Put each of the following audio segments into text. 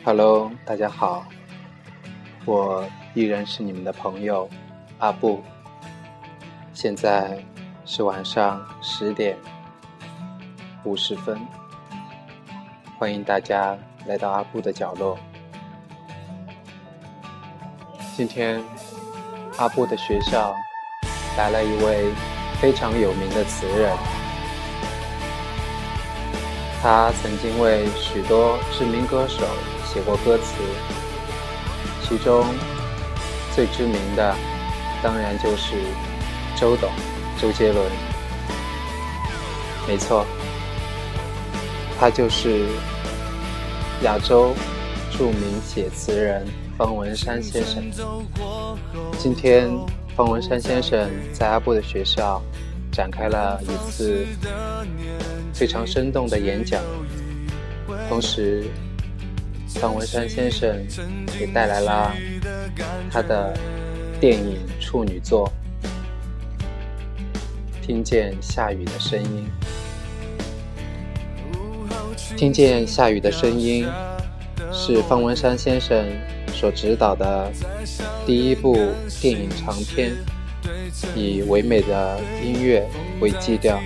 Hello， 大家好，我依然是你们的朋友阿布。现在是晚上10点50分，欢迎大家来到阿布的角落。今天阿布的学校来了一位非常有名的词人，他曾经为许多知名歌手写过歌词，其中最知名的当然就是周杰伦。没错，他就是亚洲著名写词人方文山先生。今天方文山先生在阿布的学校展开了一次非常生动的演讲，同时方文山先生也带来了他的电影处女作《听见下雨的声音》。听见下雨的声音是方文山先生所执导的第一部电影长片，以唯美的音乐为基调。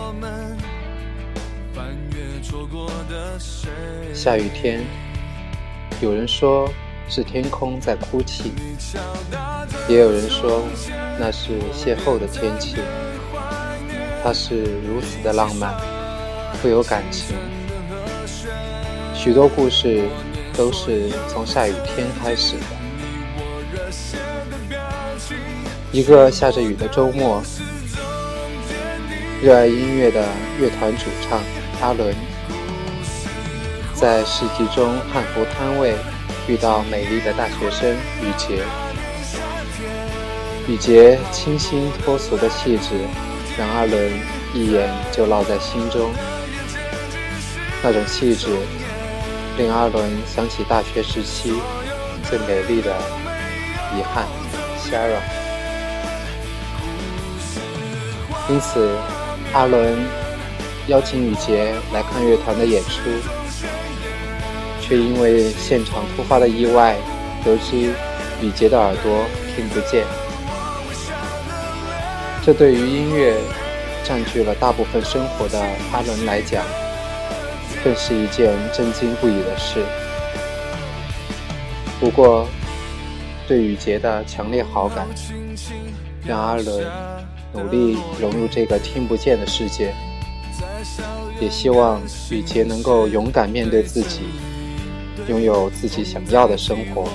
下雨天，有人说是天空在哭泣，也有人说那是邂逅的天气。它是如此的浪漫，富有感情。许多故事都是从下雨天开始的。一个下着雨的周末，热爱音乐的乐团主唱阿伦在市集中汉服摊位遇到美丽的大学生雨洁。雨洁清新脱俗的气质让阿伦一眼就烙在心中，那种气质令阿伦想起大学时期最美丽的遗憾 Sharon。 因此阿伦邀请雨洁来看乐团的演出，却因为现场突发的意外得知雨洁的耳朵听不见。这对于音乐占据了大部分生活的阿伦来讲，更是一件震惊不已的事。不过对雨洁的强烈好感让阿伦努力融入这个听不见的世界，也希望雨洁能够勇敢面对自己，拥有自己想要的生活。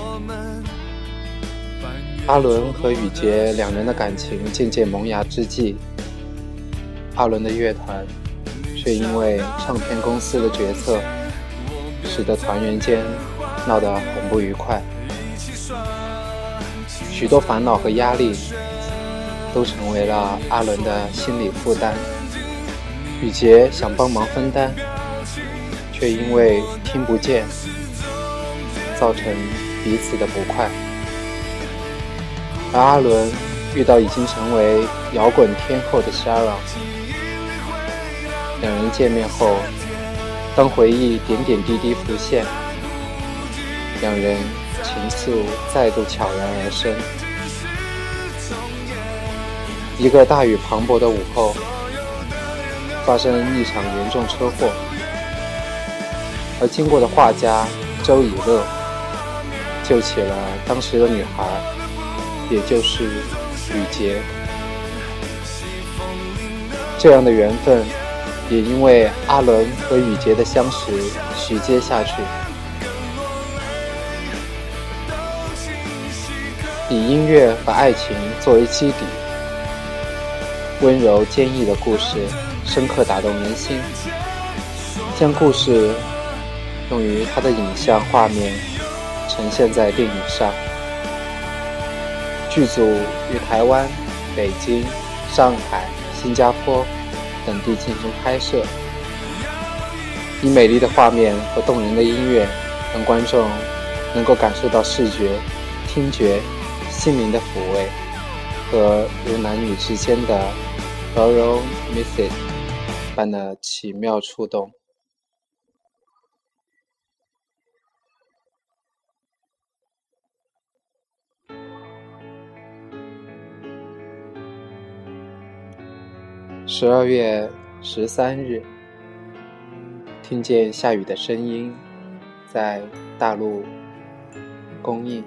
阿伦和雨洁两人的感情渐渐萌芽之际，阿伦的乐团却因为唱片公司的决策，使得团员间闹得很不愉快。许多烦恼和压力都成为了阿伦的心理负担。雨洁想帮忙分担，却因为听不见，造成彼此的不快。而阿伦遇到已经成为摇滚天后的 Sharon， 两人见面后，当回忆点点滴滴浮现，两人情愫再度悄然而生。一个大雨磅礴的午后，发生一场严重车祸，而经过的画家周以乐救起了当时的女孩，也就是雨洁。这样的缘分也因为阿伦和雨洁的相识续接下去。以音乐和爱情作为基底，温柔坚毅的故事深刻打动人心，将故事用于它的影像画面呈现在电影上。剧组于台湾、北京、上海、新加坡等地进行拍摄，以美丽的画面和动人的音乐，让观众能够感受到视觉、听觉、心灵的抚慰和如男女之间的 oral message 般的奇妙触动。 12月13日，听见下雨的声音在大陆公映。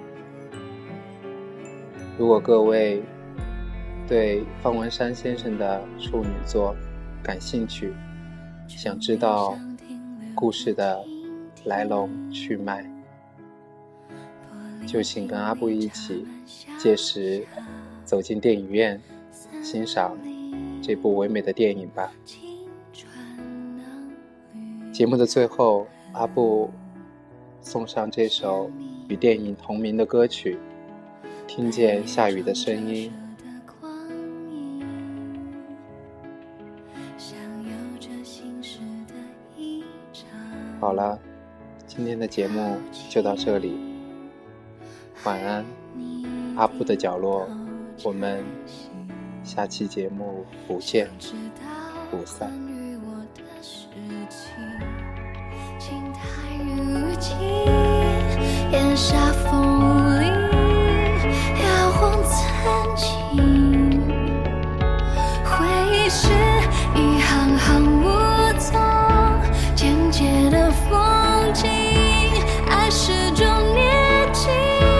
如果各位对方文山先生的处女作感兴趣，想知道故事的来龙去脉，就请跟阿布一起届时走进电影院欣赏这部唯美的电影吧。节目的最后，阿布送上这首与电影同名的歌曲，听见下雨的声音。好了，今天的节目就到这里，晚安，阿布的角落，我们下期节目不见不散。 檐下风铃摇晃曾经，回忆是一行行无踪简洁的风景，爱始终年轻。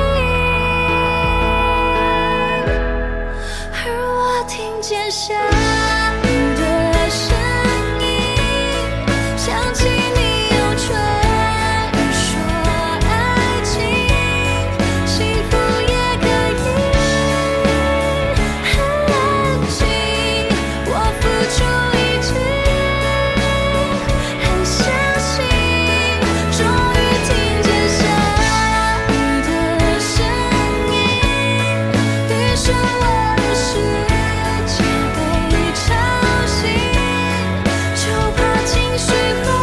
而我听见下雨的声音，想起你用春语说爱情，幸福也可以很安静。我付出一切，很相信，终于听见下雨的声音，雨说我的世界被吵醒，就怕情绪风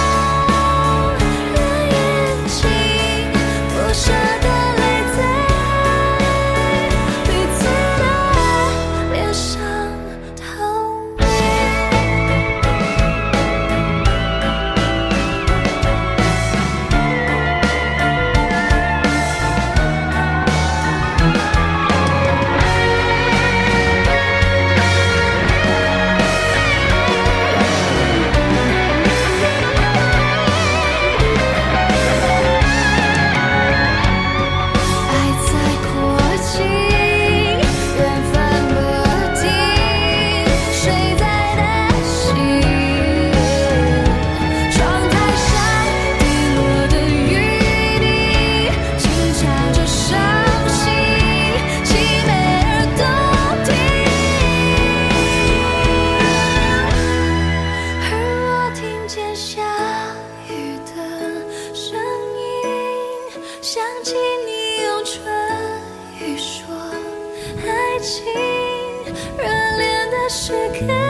了眼睛，不舍的泪在彼此的脸上投影。爱在扩近，缘分不停，水在担心，窗台上滴落的雨滴，轻插着伤心，凄美而动听。而我听见下雨的声音，想起你用春语说爱情，热恋的时刻